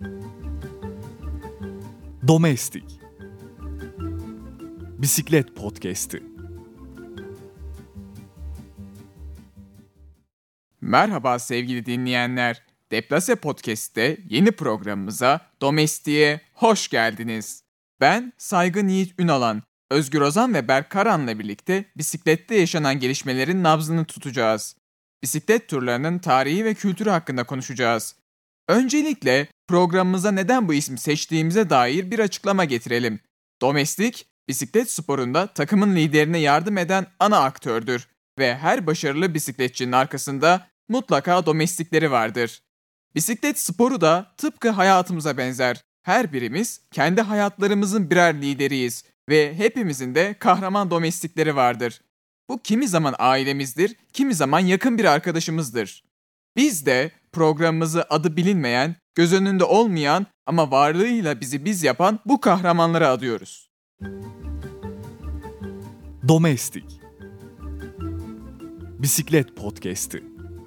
Domestik Bisiklet Podcast'i. Merhaba sevgili dinleyenler. Deplase Podcast'te yeni programımıza Domestik'e hoş geldiniz. Ben Saygın Yiğit Ünalan, Özgür Ozan ve Berk Karan'la birlikte bisiklette yaşanan gelişmelerin nabzını tutacağız. Bisiklet turlarının tarihi ve kültürü hakkında konuşacağız. Öncelikle programımıza neden bu ismi seçtiğimize dair bir açıklama getirelim. Domestik, bisiklet sporunda takımın liderine yardım eden ana aktördür ve her başarılı bisikletçinin arkasında mutlaka domestikleri vardır. Bisiklet sporu da tıpkı hayatımıza benzer. Her birimiz kendi hayatlarımızın birer lideriyiz ve hepimizin de kahraman domestikleri vardır. Bu kimi zaman ailemizdir, kimi zaman yakın bir arkadaşımızdır. Biz de programımızı adı bilinmeyen, göz önünde olmayan ama varlığıyla bizi biz yapan bu kahramanlara adıyoruz. Domestik Bisiklet Podcast'i.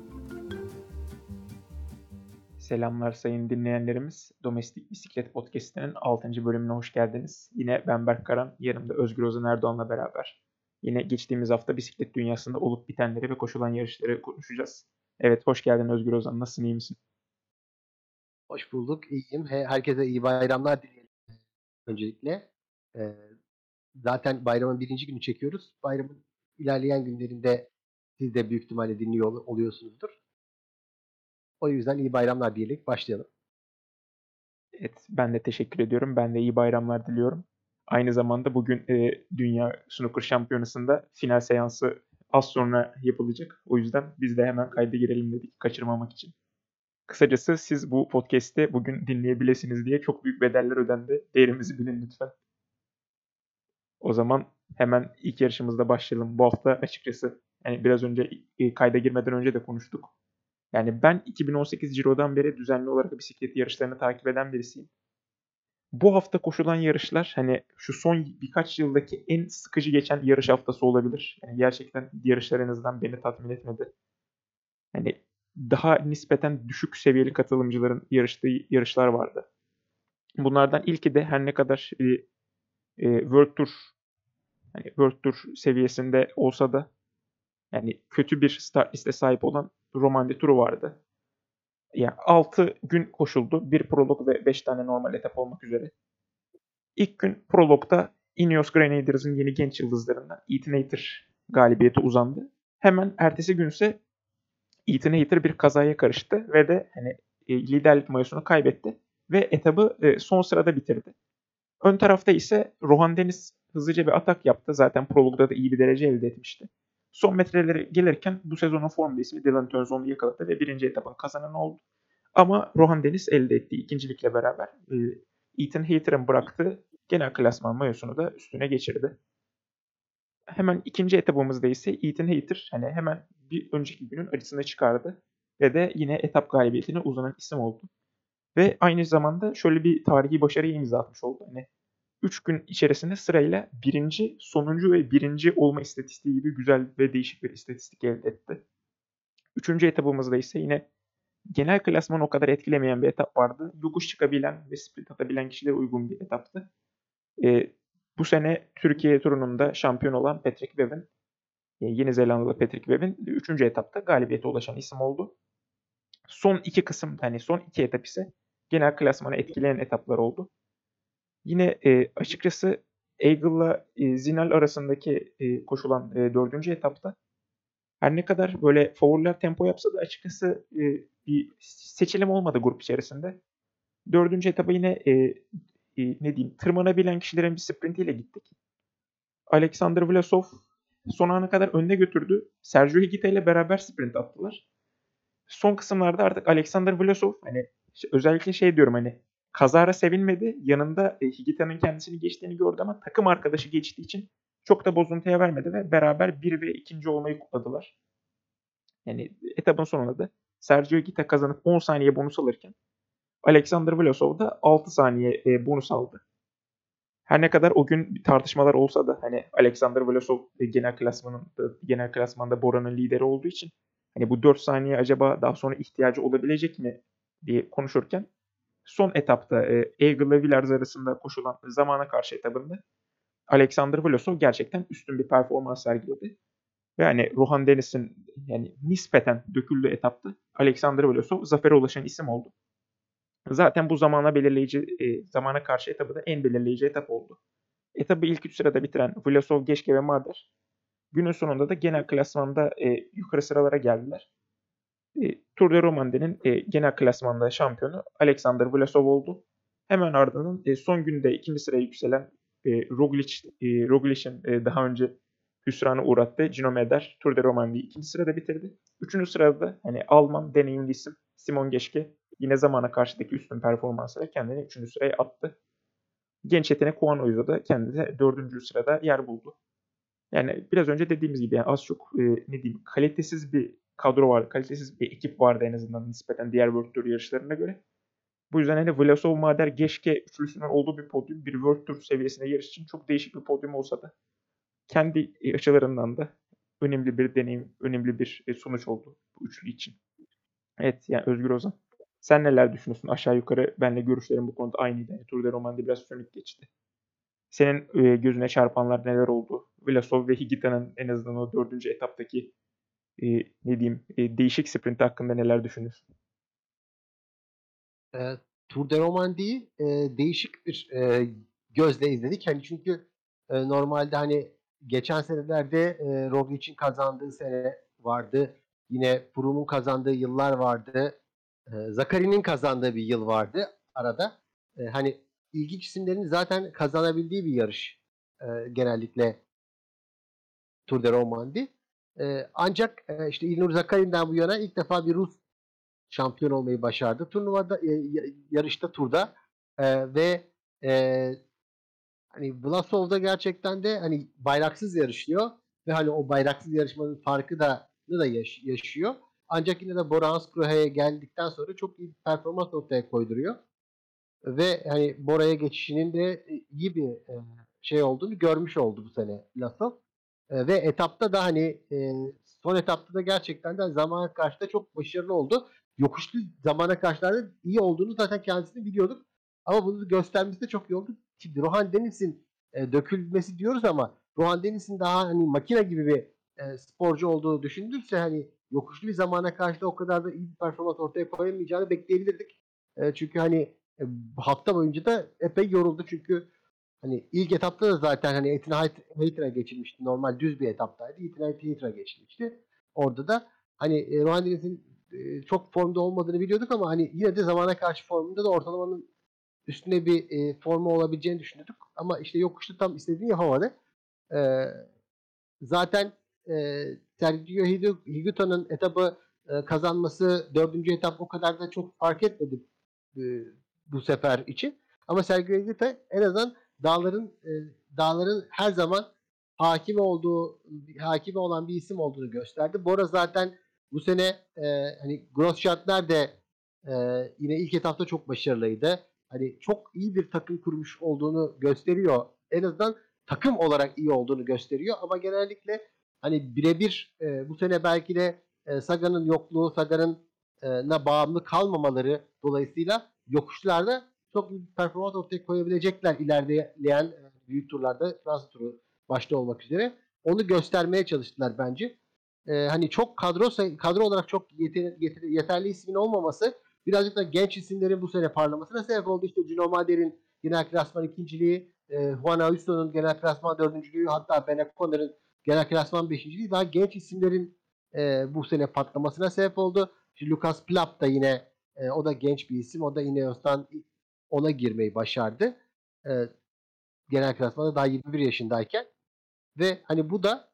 Selamlar sayın dinleyenlerimiz. Domestik Bisiklet Podcast'inin 6. bölümüne hoş geldiniz. Yine ben Berk Karan, yanımda Özgür Ozan Erdoğan'la beraber. Yine geçtiğimiz hafta bisiklet dünyasında olup bitenleri ve koşulan yarışları konuşacağız. Evet, hoş geldin Özgür Ozan. Nasılsın, iyi misin? Hoş bulduk, iyiyim. Herkese iyi bayramlar dileyelim öncelikle. Zaten bayramın birinci günü çekiyoruz. Bayramın ilerleyen günlerinde siz de büyük ihtimalle dinliyor oluyorsunuzdur. O yüzden iyi bayramlar diyerek başlayalım. Evet, ben de teşekkür ediyorum. Ben de iyi bayramlar diliyorum. Aynı zamanda bugün Dünya Snooker Şampiyonası'nda final seansı az sonra yapılacak. O yüzden biz de hemen kayda girelim dedik kaçırmamak için. Kısacası siz bu podcast'i bugün dinleyebilirsiniz diye çok büyük bedeller ödendi. Değerimizi bilin lütfen. O zaman hemen ilk yarışımızda başlayalım. Bu hafta açıkçası yani biraz önce kayda girmeden önce de konuştuk. Yani ben 2018 Ciro'dan beri düzenli olarak bisiklet yarışlarını takip eden birisiyim. Bu hafta koşulan yarışlar hani şu son birkaç yıldaki en sıkıcı geçen yarış haftası olabilir. Yani gerçekten yarışlar en azından beni tatmin etmedi. Hani daha nispeten düşük seviyeli katılımcıların yarıştığı yarışlar vardı. Bunlardan ilki de her ne kadar World Tour seviyesinde olsa da yani kötü bir start liste sahip olan Romandie turu vardı. Yani 6 gün koşuldu. Bir prolog ve 5 tane normal etap olmak üzere. İlk gün prologda Ineos Grenadiers'ın yeni genç yıldızlarından Ethan Hayter galibiyete uzandı. Hemen ertesi günse Ethan Hayter bir kazaya karıştı ve de liderlik mayosunu kaybetti ve etabı son sırada bitirdi. Ön tarafta ise Rohan Dennis hızlıca bir atak yaptı. Zaten prologda da iyi bir derece elde etmişti. Son metrelere gelirken bu sezonun formda ismi Dylan Teuns onu yakaladı ve birinci etapın kazananı oldu. Ama Rohan Dennis elde ettiği ikincilikle beraber Ethan Hayter'ın bıraktığı genel klasman mayosunu da üstüne geçirdi. Hemen ikinci etapımızda ise Ethan Hayter hemen bir önceki günün acısını çıkardı ve de yine etap galibiyetine uzanan isim oldu. Ve aynı zamanda şöyle bir tarihi başarıya imza atmış oldu. 3 gün içerisinde sırayla birinci, sonuncu ve birinci olma istatistiği gibi güzel ve değişik bir istatistik elde etti. Üçüncü etapımızda ise yine genel klasmanı o kadar etkilemeyen bir etap vardı. Yokuş çıkabilen ve sprint atabilen kişilere uygun bir etaptı. Bu sene Türkiye turununda şampiyon olan Patrick Webben, Yeni Zelandalı Patrick Webben 3. etapta galibiyete ulaşan isim oldu. Son iki kısım, son iki etap ise genel klasmanı etkileyen etaplar oldu. Yine açıkçası Eight'la Zinal arasındaki koşulan 4. etapta her ne kadar böyle favoriler tempo yapsa da açıkçası bir seçilim olmadı grup içerisinde. 4. etaba yine tırmanabilen kişilerin bir sprintiyle gittik. Alexander Vlasov son ana kadar önde götürdü. Sergio Higuita ile beraber sprint attılar. Son kısımlarda artık Alexander Vlasov özellikle diyorum kazara sevinmedi. Yanında Higuita'nın kendisini geçtiğini gördü ama takım arkadaşı geçtiği için çok da bozuntuya vermedi ve beraber 1 ve 2. olmayı kutladılar. Yani etapın sonunda da Sergio Higuita kazanıp 10 saniye bonus alırken Alexander Vlasov da 6 saniye bonus aldı. Her ne kadar o gün tartışmalar olsa da Alexander Vlasov genel klasmanda Bora'nın lideri olduğu için bu 4 saniye acaba daha sonra ihtiyacı olabilecek mi diye konuşurken Son etapta Eagle ve Villars arasında koşulan zamana karşı etabında Alexander Vlasov gerçekten üstün bir performans sergiledi. Ve hani Rohan Dennis'in yani nispeten döküldüğü etapta Alexander Vlasov zafere ulaşan isim oldu. Zaten bu zamana karşı etabı da en belirleyici etap oldu. Etabı ilk 3 sırada bitiren Vlasov, Geçke ve Mader günün sonunda da genel klasmanda yukarı sıralara geldiler. Tour de Romandie'nin genel klasmanda şampiyonu Alexander Vlasov oldu. Hemen ardından son günde ikinci sıraya yükselen Roglic'in daha önce hüsrana uğrattığı Gino Meder Tour de Romandie'yi ikinci sırada bitirdi. Üçüncü sırada hani Alman deneyimli isim Simon Geschke yine zamana karşıdaki üstün performansıyla kendini üçüncü sıraya attı. Genç yetenek Juan Oizo da kendine dördüncü sırada yer buldu. Yani biraz önce dediğimiz gibi yani az çok kalitesiz bir kadro var, kalitesiz bir ekip vardı en azından nispeten diğer World Tour yarışlarına göre. Bu yüzden hani Vlasov, Mader, Geschke üçlüsünün olduğu bir podyum bir World Tour seviyesinde yarış için çok değişik bir podyum olsa da kendi açılarından da önemli bir deneyim, önemli bir sonuç oldu bu üçlü için. Evet yani Özgür Ozan. Sen neler düşünüyorsun? Aşağı yukarı benimle görüşlerim bu konuda aynıydı. Yani Tour de Romandie biraz sönük geçti. Senin gözüne çarpanlar neler oldu? Vlasov ve Higita'nın en azından o dördüncü etaptaki değişik sprint hakkında neler düşünüyorsun? E, Tour de Romandie'yi değişik bir gözle izledik. Hani çünkü normalde hani geçen senelerde Roglic'in kazandığı sene vardı. Yine Froome'un kazandığı yıllar vardı. Zakari'nin kazandığı bir yıl vardı arada. Hani ilginç isimlerin zaten kazanabildiği bir yarış genellikle Tour de Romandie. Ancak işte İlnur Zakari'nden bu yana ilk defa bir Rus şampiyon olmayı başardı. Turnuvada, yarışta, turda ve e, hani Vlasov'da gerçekten de hani bayraksız yarışıyor ve hani o bayraksız yarışmanın farkı da yaşıyor. Ancak yine de Bora Hansgrohe'ye geldikten sonra çok iyi bir performans ortaya koyduruyor. Ve hani Bora'ya geçişinin de iyi bir şey olduğunu görmüş oldu bu sene Vlasov. Ve etapta da hani son etapta da gerçekten de zamana karşı da çok başarılı oldu. Yokuşlu zamana karşı da iyi olduğunu zaten kendisini biliyorduk. Ama bunu göstermesi de çok iyi oldu. Şimdi Rohan Deniz'in dökülmesi diyoruz ama Rohan Deniz'in daha hani makine gibi bir sporcu olduğu düşünülürse hani yokuşlu bir zamana karşı da o kadar da iyi bir performans ortaya koyamayacağını bekleyebilirdik. Çünkü hani hafta boyunca da epey yoruldu çünkü hani ilk etapta da zaten hani Etihad'a geçilmişti. Normal düz bir etaptaydı. Etihad'a geçilmişti. Orada da hani Rohan Deniz'in çok formda olmadığını biliyorduk ama hani yine de zamana karşı formunda da ortalamanın üstüne bir formu olabileceğini düşünüyorduk. Ama işte yokuşta tam istediğini yapamadı. E, Zaten Sergio Higuita'nın etabı kazanması dördüncü etap o kadar da çok fark etmedi e, bu sefer için. Ama Sergio Higuita en azından dağların her zaman hakimi olan bir isim olduğunu gösterdi. Bora zaten bu sene hani Grosjean'lar de yine ilk etapta çok başarılıydı. Hani çok iyi bir takım kurmuş olduğunu gösteriyor. En azından takım olarak iyi olduğunu gösteriyor ama genellikle hani birebir bu sene belki de Saga'nın yokluğu, Saga'nın bağımlı kalmamaları dolayısıyla yokuşlarda çok büyük bir performans ortaya koyabilecekler ilerleyen büyük turlarda, Fransa turu başta olmak üzere. Onu göstermeye çalıştılar bence. Hani çok kadro olarak çok yeterli ismin olmaması birazcık da genç isimlerin bu sene parlamasına sebep oldu. İşte Gino Mader'in genel klasman ikinciliği, Juan Ayuso'nun genel klasman dördüncülüğü, hatta Ben O'Connor'ın genel klasman beşinciliği daha genç isimlerin bu sene patlamasına sebep oldu. Şimdi Lucas Plapp da yine o da genç bir isim. O da Ineos'tan ona girmeyi başardı. E, Genel klasmanda daha 21 yaşındayken ve hani bu da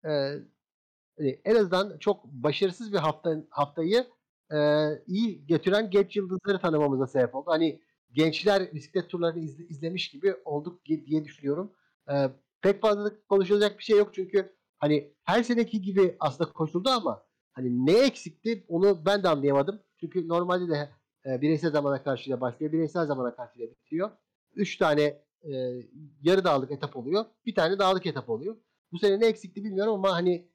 en azından çok başarısız bir haftayı iyi götüren genç yıldızları tanımamıza sebep oldu. Hani gençler bisiklet turlarını izlemiş gibi olduk diye düşünüyorum. Pek fazla konuşulacak bir şey yok çünkü hani her seneki gibi aslında koşuldu ama hani ne eksikti onu ben de anlayamadım. Çünkü normalde de bireysel zamana karşıyla başlıyor, bireysel zamana karşıyla bitiyor. 3 tane yarı dağlık etap oluyor, bir tane dağlık etap oluyor. Bu sene ne eksikti bilmiyorum ama hani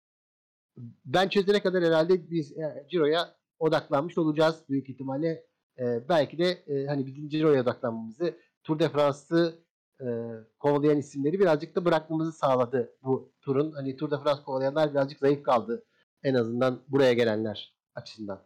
ben çözene kadar herhalde biz Ciro'ya odaklanmış olacağız büyük ihtimalle. belki de hani biz Giro'ya odaklanmamızı, Tour de France'ı kovalayan isimleri birazcık da bırakmamızı sağladı bu turun. Hani Tour de France kovalayanlar birazcık zayıf kaldı. En azından buraya gelenler açısından.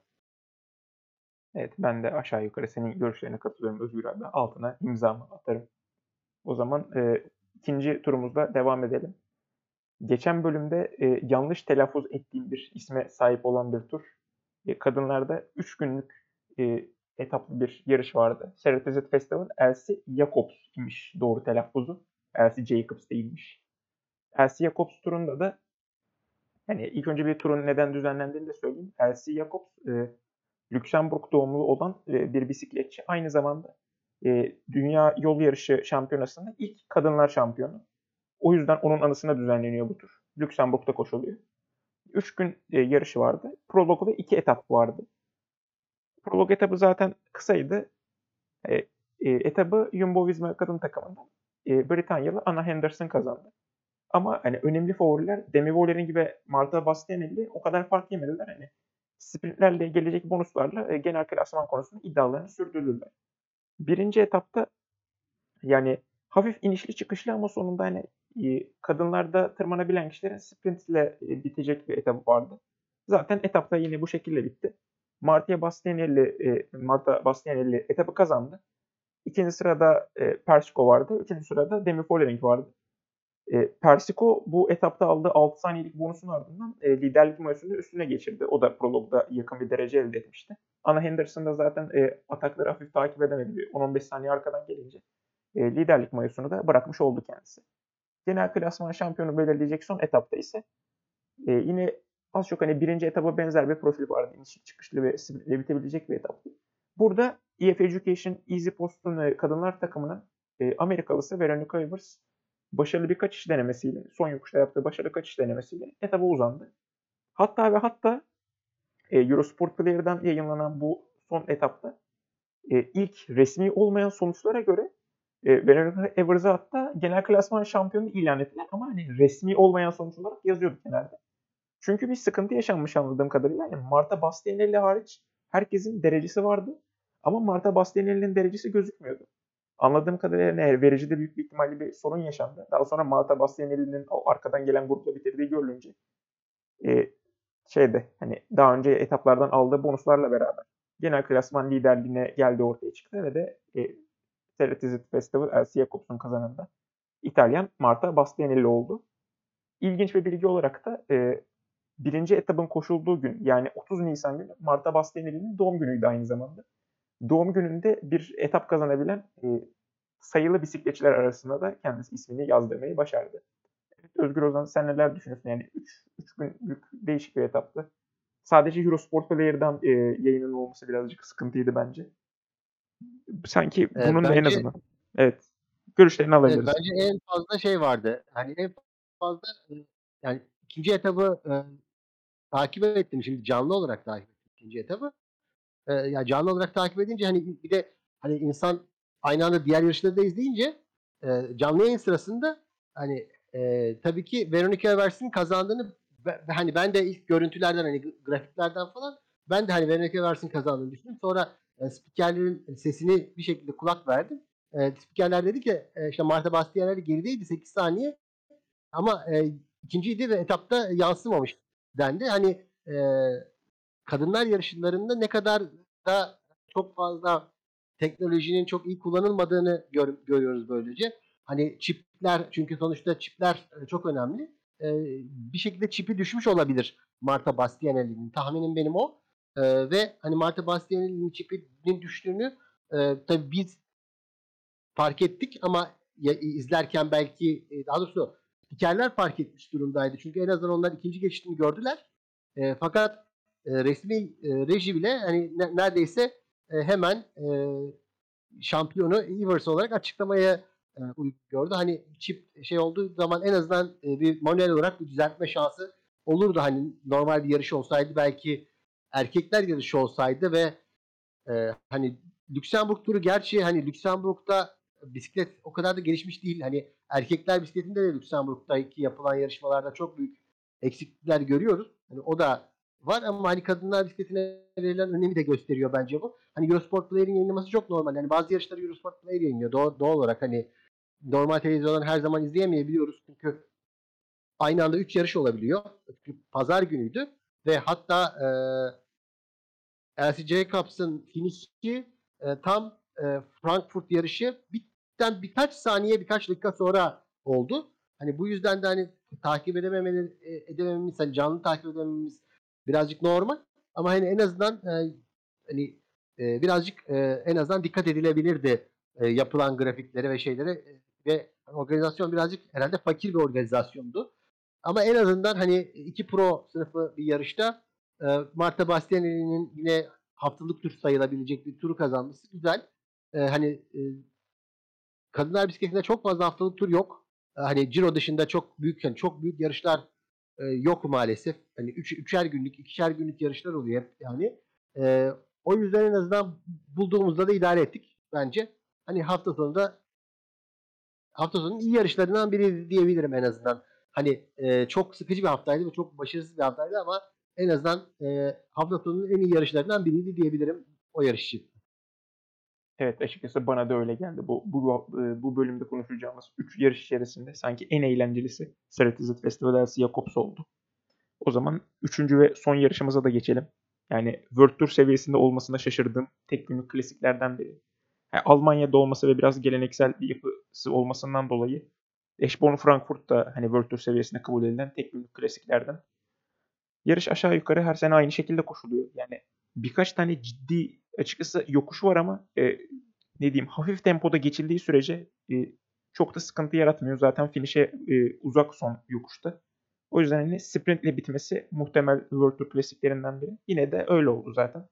Evet, ben de aşağı yukarı senin görüşlerine katılıyorum Özgür abi. Altına imzamı atarım. O zaman ikinci turumuzda devam edelim. Geçen bölümde yanlış telaffuz ettiğim bir isme sahip olan bir tur. Kadınlarda 3 günlük etaplı bir yarış vardı. Ceratized Festival Elsie Jacobs imiş doğru telaffuzu. Elsie Jacobs değilmiş. Elsie Jacobs turunda da yani ilk önce bir turun neden düzenlendiğini de söyleyeyim. Elsie Jacobs Lüksemburg doğumlu olan bir bisikletçi. Aynı zamanda Dünya Yol Yarışı Şampiyonası'nda ilk kadınlar şampiyonu. O yüzden onun anısına düzenleniyor bu tur. Lüksemburg'da koşuluyor. 3 gün yarışı vardı. Prolog ve 2 etap vardı. Prolog etabı zaten kısaydı. Etabı Jumbo-Visma kadın takımından Britanyalı Anna Henderson kazandı. Ama hani önemli favoriler Demi Vollerin gibi Marta Bastianelli o kadar fark yemediler. Hani sprintlerle gelecek bonuslarla genel klasman konusunda iddialarını sürdürdüler. Birinci etapta yani hafif inişli çıkışlı ama sonunda hani kadınlarda tırmanabilen kişilerin sprintle bitecek bir etap vardı. Zaten etapta yine bu şekilde bitti. Marta Bastianelli etabı kazandı. İkinci sırada Persico vardı. Üçüncü sırada Demi Vollering vardı. Persico bu etapta aldığı 6 saniyelik bonusun ardından liderlik mayosunu üstüne geçirdi. O da prologda yakın bir derece elde etmişti. Anna Henderson da zaten atakları hafif takip edemedi. 10-15 saniye arkadan gelince liderlik mayosunu da bırakmış oldu kendisi. Genel klasman şampiyonu belirleyecek son etapta ise yine az çok hani birinci etaba benzer bir profil vardı. İniş çıkışlı ve sprintle bitebilecek bir etaptı. Burada EF Education Easy Post'un kadınlar takımının Amerikalısı Veronica Evers başarılı bir kaçış denemesiyle, son yokuşta yaptığı başarılı kaçış denemesiyle etaba uzandı. Hatta Eurosport Player'dan yayınlanan bu son etapta ilk resmi olmayan sonuçlara göre Veronica Evers'ı hatta genel klasman şampiyonu ilan ettiler ama hani resmi olmayan sonuç olarak yazıyordu kenarda. Çünkü bir sıkıntı yaşanmış anladığım kadarıyla. Yani Marta Bastianelli hariç herkesin derecesi vardı ama Marta Bastianelli'nin derecesi gözükmüyordu. Anladığım kadarıyla vericide büyük bir ihtimalle bir sorun yaşandı. Daha sonra Marta Bastianelli'nin o arkadan gelen grupla bitirdiği görülünce hani daha önce etaplardan aldığı bonuslarla beraber genel klasman liderliğine geldiği ortaya çıktı ve de Ceratized Festival Elsie Jacobs'un kazanında İtalyan Marta Bastianelli oldu. İlginç bir bilgi olarak da birinci etapın koşulduğu gün yani 30 Nisan günü Marta Bastianelli'nin doğum günüydü aynı zamanda. Doğum gününde bir etap kazanabilen sayılı bisikletçiler arasında da kendisi ismini yazdırmayı başardı. Özgür Ozan sen neler düşünüyorsun? Yani 3 günlük değişik bir etaptı. Sadece Eurosport Player'dan yayının olması birazcık sıkıntıydı bence. Sanki bunun da en azından. Evet. Görüşlerini alabiliriz. Bence en fazla şey vardı. Hani en fazla yani ikinci etabı takip ettim. Şimdi canlı olarak takip ettim ikinci etabı. Ya canlı olarak takip edince hani bir de hani insan aynı anda diğer yarışları da izleyince canlı yayın sırasında hani tabii ki Veronica Evers'in kazandığını hani ben de ilk görüntülerden hani grafiklerden falan ben de hani Veronica Evers'in kazandığını düşündüm. Sonra spikerlerin sesini bir şekilde kulak verdim. Spikerler dedi ki işte Marta Bastianelli gerideydi 8 saniye ama ikinciydi ve etapta yansımamış dendi. Hani kadınlar yarışlarında ne kadar da çok fazla teknolojinin çok iyi kullanılmadığını görüyoruz böylece. Hani çipler çünkü sonuçta çipler çok önemli. Bir şekilde çipi düşmüş olabilir Marta Bastianelli'nin. Tahminim benim o. Ve hani Marta Bastianelli'nin çipinin düştüğünü tabii biz fark ettik ama izlerken belki daha doğrusu spikerler fark etmiş durumdaydı. Çünkü en azından onlar ikinci geçtiğini gördüler. Fakat resmi reji bile hani neredeyse hemen şampiyonu Evers olarak açıklamaya uygun gördü. Hani çip şey olduğu zaman en azından bir manuel olarak bir düzeltme şansı olurdu. Hani normal bir yarış olsaydı belki erkekler yarışı olsaydı ve hani Lüksemburg turu gerçi hani Lüksemburg'da bisiklet o kadar da gelişmiş değil. Hani erkekler bisikletinde de Lüksemburg'daki yapılan yarışmalarda çok büyük eksiklikler görüyoruz. Hani o da var ama hani kadınlar bisikletine verilen önemi de gösteriyor bence bu. Hani Eurosport Player'in yayınlaması çok normal. Yani bazı yarışları Eurosport Player yayınlıyor. Doğal olarak hani normal televizyondan her zaman izleyemeyebiliyoruz. Çünkü aynı anda 3 yarış olabiliyor. Çünkü pazar günüydü ve hatta Elsie Jacobs'ın finişi tam Frankfurt yarışı bitten birkaç dakika sonra oldu. Hani bu yüzden de hani takip edemememiz, hani canlı takip edemememiz birazcık normal. Ama hani en azından hani birazcık en azından dikkat edilebilirdi yapılan grafiklere ve şeylere ve organizasyon birazcık herhalde fakir bir organizasyondu. Ama en azından hani iki pro sınıfı bir yarışta Marta Bastianini'nin yine haftalık tur sayılabilecek bir turu kazanması güzel. Hani kadınlar bisikletinde çok fazla haftalık tur yok. Hani Ciro dışında çok büyük yarışlar yok maalesef. Hani üçer günlük, ikişer günlük yarışlar oluyor hep yani. E, O yüzden en azından bulduğumuzda da idare ettik bence. Hani hafta sonunun iyi yarışlarından biri diyebilirim en azından. Hani çok sıkıcı bir haftaydı ve çok başarısız bir haftaydı ama en azından hafta sonunun en iyi yarışlarından biriydi diyebilirim o yarış için. Evet, açıkçası bana da öyle geldi. Bu bölümde konuşacağımız 3 yarış içerisinde sanki en eğlencelisi Certified Festival Elsie Jacobs oldu. O zaman 3. ve son yarışımıza da geçelim. Yani World Tour seviyesinde olmasına şaşırdığım tek günlük klasiklerden biri. Yani Almanya'da olması ve biraz geleneksel bir yapısı olmasından dolayı Eschborn Frankfurt da hani World Tour seviyesinde kabul edilen tek günlük klasiklerden. Yarış aşağı yukarı her sene aynı şekilde koşuluyor. Yani birkaç tane ciddi açıkçası yokuşu var ama ne diyeyim hafif tempoda geçildiği sürece çok da sıkıntı yaratmıyor. Zaten finish'e uzak son yokuşta. O yüzden hani sprintle bitmesi muhtemel World Tour klasiklerinden biri. Yine de öyle oldu zaten.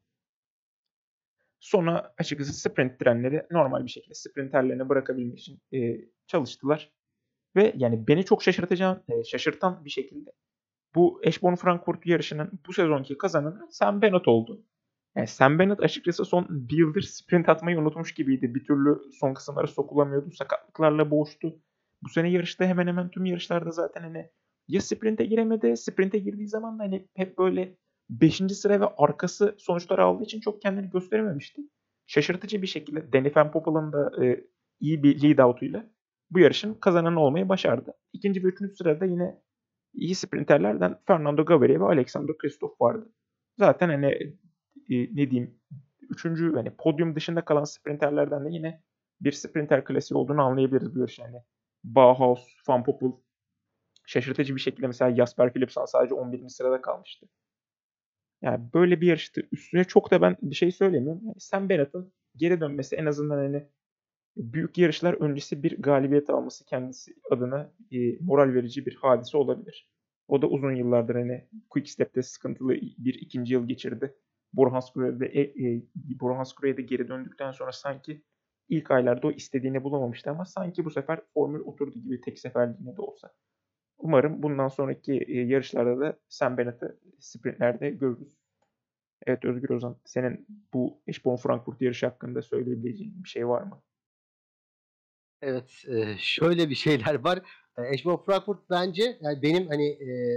Sonra açıkçası sprint trenleri normal bir şekilde sprinterlerine bırakabilmek için çalıştılar. Ve yani beni çok şaşırtan bir şekilde bu Eschborn Frankfurt yarışının bu sezonki kazananı Sam Bennett oldu. Yani Sam Bennett açıkçası son bir yıldır sprint atmayı unutmuş gibiydi. Bir türlü son kısımlara sokulamıyordu. Sakatlıklarla boğuştu. Bu sene yarışta hemen hemen tüm yarışlarda zaten hani ya sprinte giremedi. Sprinte girdiği zaman da hani hep böyle 5. sıra ve arkası sonuçları aldığı için çok kendini gösterememişti. Şaşırtıcı bir şekilde Danny Van Poppel'ın da iyi bir lead out'uyla bu yarışın kazananı olmayı başardı. 2. ve 3. sırada yine iyi sprinterlerden Fernando Gaviria ve Alexander Kristoff vardı. Zaten hani ne diyeyim 3. hani podyum dışında kalan sprinterlerden de yine bir sprinter klasiği olduğunu anlayabiliriz bu yarış yani. Bauhaus, Van Poppel şaşırtıcı bir şekilde mesela Jasper Philipsen sadece 11. sırada kalmıştı. Yani böyle bir yarıştı. Üstüne çok da ben bir şey söylemiyorum. Yani Sam Bennett'ın geri dönmesi en azından hani büyük yarışlar öncesi bir galibiyet alması kendisi adına moral verici bir hadise olabilir. O da uzun yıllardır hani Quick-Step'te sıkıntılı bir ikinci yıl geçirdi. Borhanskure'de geri döndükten sonra sanki ilk aylarda o istediğini bulamamıştı ama sanki bu sefer formül oturdu gibi tek seferliğine de olsa. Umarım bundan sonraki yarışlarda da Sam Bennett'ı sprintlerde görürüz. Evet Özgür Ozan, senin bu Eschborn Frankfurt yarışı hakkında söyleyebileceğin bir şey var mı? Evet, şöyle bir şeyler var. Eschborn Frankfurt bence yani benim hani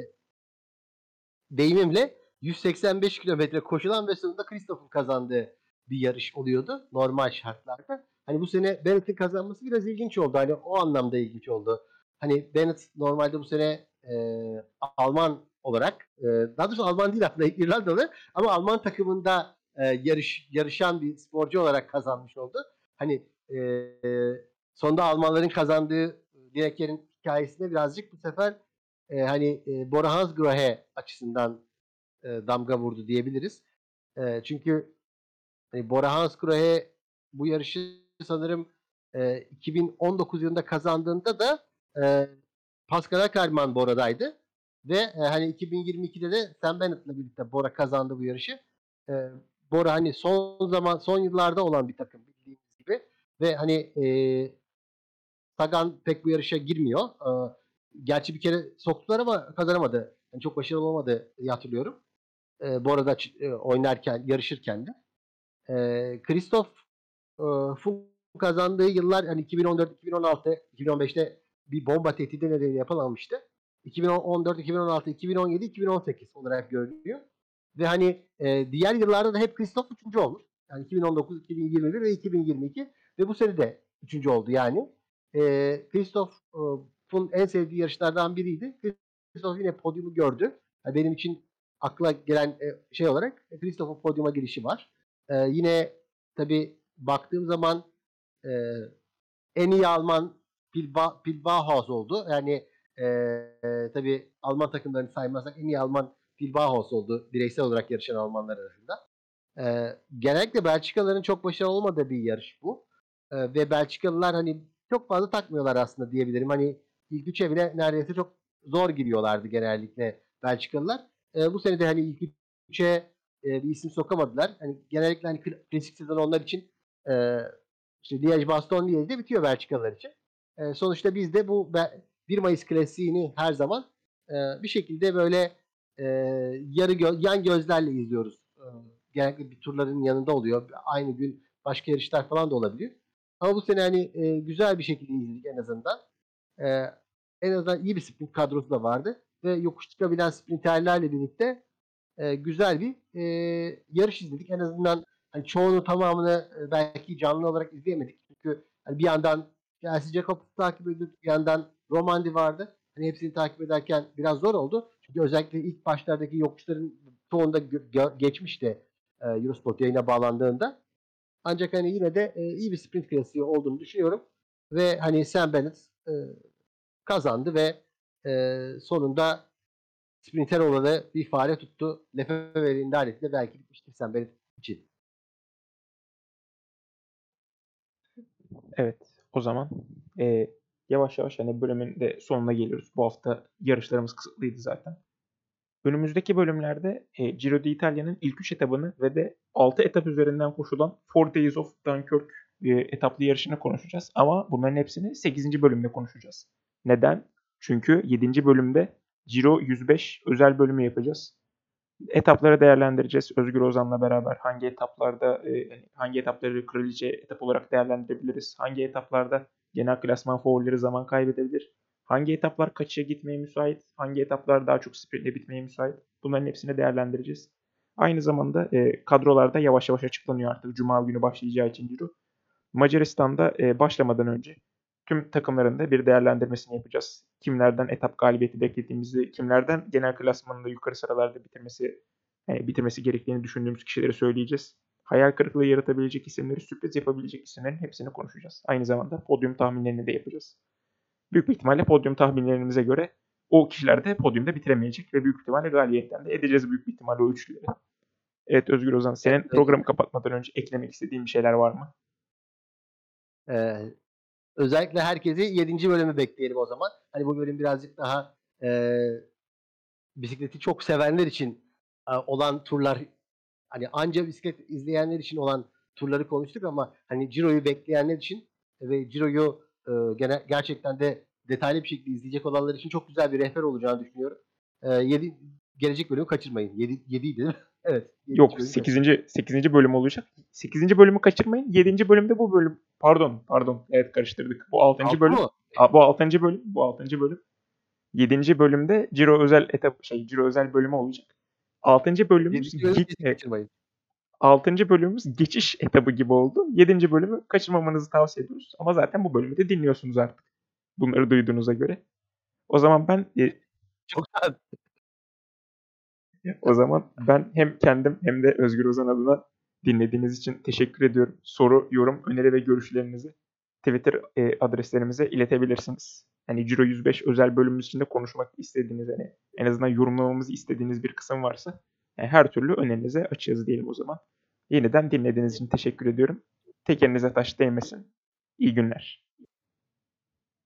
deyimimle 185 kilometre koşulan ve sonunda Kristoff'un kazandığı bir yarış oluyordu normal şartlarda. Hani bu sene Bennett'in kazanması biraz ilginç oldu. Hani o anlamda ilginç oldu. Hani Bennett normalde bu sene Alman olarak daha doğrusu Alman değil aslında İrlandalı ama Alman takımında yarışan bir sporcu olarak kazanmış oldu. Hani sonunda Almanların kazandığı Lineker'in hikayesinde birazcık bu sefer hani Bora Hansgrohe açısından damga vurdu diyebiliriz. Çünkü Bora Hansgrohe bu yarışı sanırım 2019 yılında kazandığında da Pascal Ackermann Bora'daydı. Ve hani 2022'de de Sam Bennett'la birlikte Bora kazandı bu yarışı. E, Bora hani son yıllarda olan bir takım bildiğiniz gibi ve hani Sagan pek bu yarışa girmiyor. Gerçi bir kere soktular ama kazanamadı. Yani çok başarılı olmadı diye hatırlıyorum. Bu arada oynarken, yarışırken de. Christoph kazandığı yıllar hani 2014, 2016, 2015'te bir bomba tehdidi nedeniyle yapılamamıştı. 2014, 2016, 2017, 2018 olarak görülüyor. Ve hani diğer yıllarda da hep Christoph 3. olmuş. Yani 2019, 2021 ve 2022 ve bu sene de 3. oldu yani. Christoph'un en sevdiği yarışlardan biriydi. Christoph yine podyumu gördü. Yani benim için akla gelen şey olarak Christoph'un podyuma girişi var. Yine tabii baktığım zaman e, en iyi Alman Pilbauhaus oldu. Yani tabii Alman takımlarını saymazsak en iyi Alman Pilbauhaus oldu bireysel olarak yarışan Almanlar arasında. Genellikle Belçikalıların çok başarılı olmadığı bir yarış bu. Ve Belçikalılar hani çok fazla takmıyorlar aslında diyebilirim. Hani ilk üçe bile neredeyse çok zor giriyorlardı genellikle Belçikalılar. Bu sene de hani ilk üçe bir isim sokamadılar. Hani genellikle hani klasik sezon onlar için e, işte Liège-Bastogne-Liège'de bitiyor Belçikalılar için. Sonuçta biz de bu 1 Mayıs klasiğini her zaman bir şekilde böyle e, yan gözlerle izliyoruz. Genellikle bir turların yanında oluyor. Aynı gün başka yarışlar falan da olabiliyor. Ama bu sene hani güzel bir şekilde izledik en azından. E, En azından iyi bir sprint kadrosu da vardı. Ve yokuş çıkabilen sprinterlerle birlikte güzel bir yarış izledik. En azından hani çoğunu tamamını belki canlı olarak izleyemedik. Çünkü hani bir yandan Chelsea Jacobs'u takip ediyorduk. Bir yandan Romandi vardı. Hani hepsini takip ederken biraz zor oldu. Çünkü özellikle ilk başlardaki yokuşların çoğunda geçmişti Eurosport yayına bağlandığında. Ancak hani yine de iyi bir sprint klasiği olduğunu düşünüyorum. Ve hani Sam Bennett kazandı ve sonunda sprinter olanı bir fare tuttu. Lefevere'nin de aletiyle belki bitmiştir Sam Bennett için. Evet, o zaman yavaş yavaş hani bölümün de sonuna geliyoruz. Bu hafta yarışlarımız kısıtlıydı zaten. Önümüzdeki bölümlerde Giro d'Italia'nın ilk 3 etabını ve de 6 etap üzerinden koşulan 4 Days of Dunkirk etaplı yarışını konuşacağız. Ama bunların hepsini 8. bölümde konuşacağız. Neden? Çünkü 7. bölümde Giro 105 özel bölümü yapacağız. Etapları değerlendireceğiz Özgür Ozan'la beraber. Hangi etapları kraliçe etap olarak değerlendirebiliriz? Hangi etaplarda genel klasman favorileri zaman kaybedebilir? Hangi etaplar kaçışa gitmeye müsait? Hangi etaplar daha çok sprintle bitmeye müsait? Bunların hepsini değerlendireceğiz. Aynı zamanda kadrolarda yavaş yavaş açıklanıyor artık. Cuma günü başlayacağı için Ciro. Macaristan'da başlamadan önce tüm takımların da bir değerlendirmesini yapacağız. Kimlerden etap galibiyeti beklediğimizi, kimlerden genel klasmanında yukarı sıralarda bitirmesi gerektiğini düşündüğümüz kişileri söyleyeceğiz. Hayal kırıklığı yaratabilecek isimleri, sürpriz yapabilecek isimlerin hepsini konuşacağız. Aynı zamanda podyum tahminlerini de yapacağız. Büyük bir ihtimalle podyum tahminlerimize göre o kişiler de podyumda bitiremeyecek ve büyük ihtimalle galibiyetten de edeceğiz büyük bir ihtimalle o üçlüleri. Evet Özgür Ozan, senin Evet, programı kapatmadan önce eklemek istediğin bir şeyler var mı? özellikle herkesi 7. bölümü bekleyelim o zaman. Hani bu bölüm birazcık daha bisikleti çok sevenler için olan turlar, hani anca bisiklet izleyenler için olan turları konuştuk ama hani Ciro'yu bekleyenler için ve Ciro'yu gerçekten de detaylı bir şekilde izleyecek olanlar için çok güzel bir rehber olacağını düşünüyorum. 7 gelecek bölümü kaçırmayın. 7 değil mi? Evet. 7. Yok bölümü kaçırmayın. 8. bölüm olacak. 8. bölümü kaçırmayın. 7. bölümde bu bölüm. Pardon. Evet karıştırdık. Bu 6. 6 bölüm. mu? Bu 6. bölüm. Bu 6. bölüm. 7. bölümde Ciro özel Ciro özel bölümü olacak. 6. bölümümüz 7. bölümü kesin kaçırmayın. 6. bölümümüz geçiş etabı gibi oldu. 7. bölümü kaçırmamanızı tavsiye ediyoruz. Ama zaten bu bölümü de dinliyorsunuz artık. Bunları duyduğunuza göre. O zaman ben Çok hem kendim hem de Özgür Ozan adına dinlediğiniz için teşekkür ediyorum. Soru, yorum, öneri ve görüşlerinizi Twitter adreslerimize iletebilirsiniz. Hani Ciro 105 özel bölümümüz içinde konuşmak istediğiniz, hani en azından yorumlamamızı istediğiniz bir kısım varsa her türlü önerinize açığız diyelim o zaman. Yeniden dinlediğiniz için teşekkür ediyorum. Tekerinize taş değmesin. İyi günler.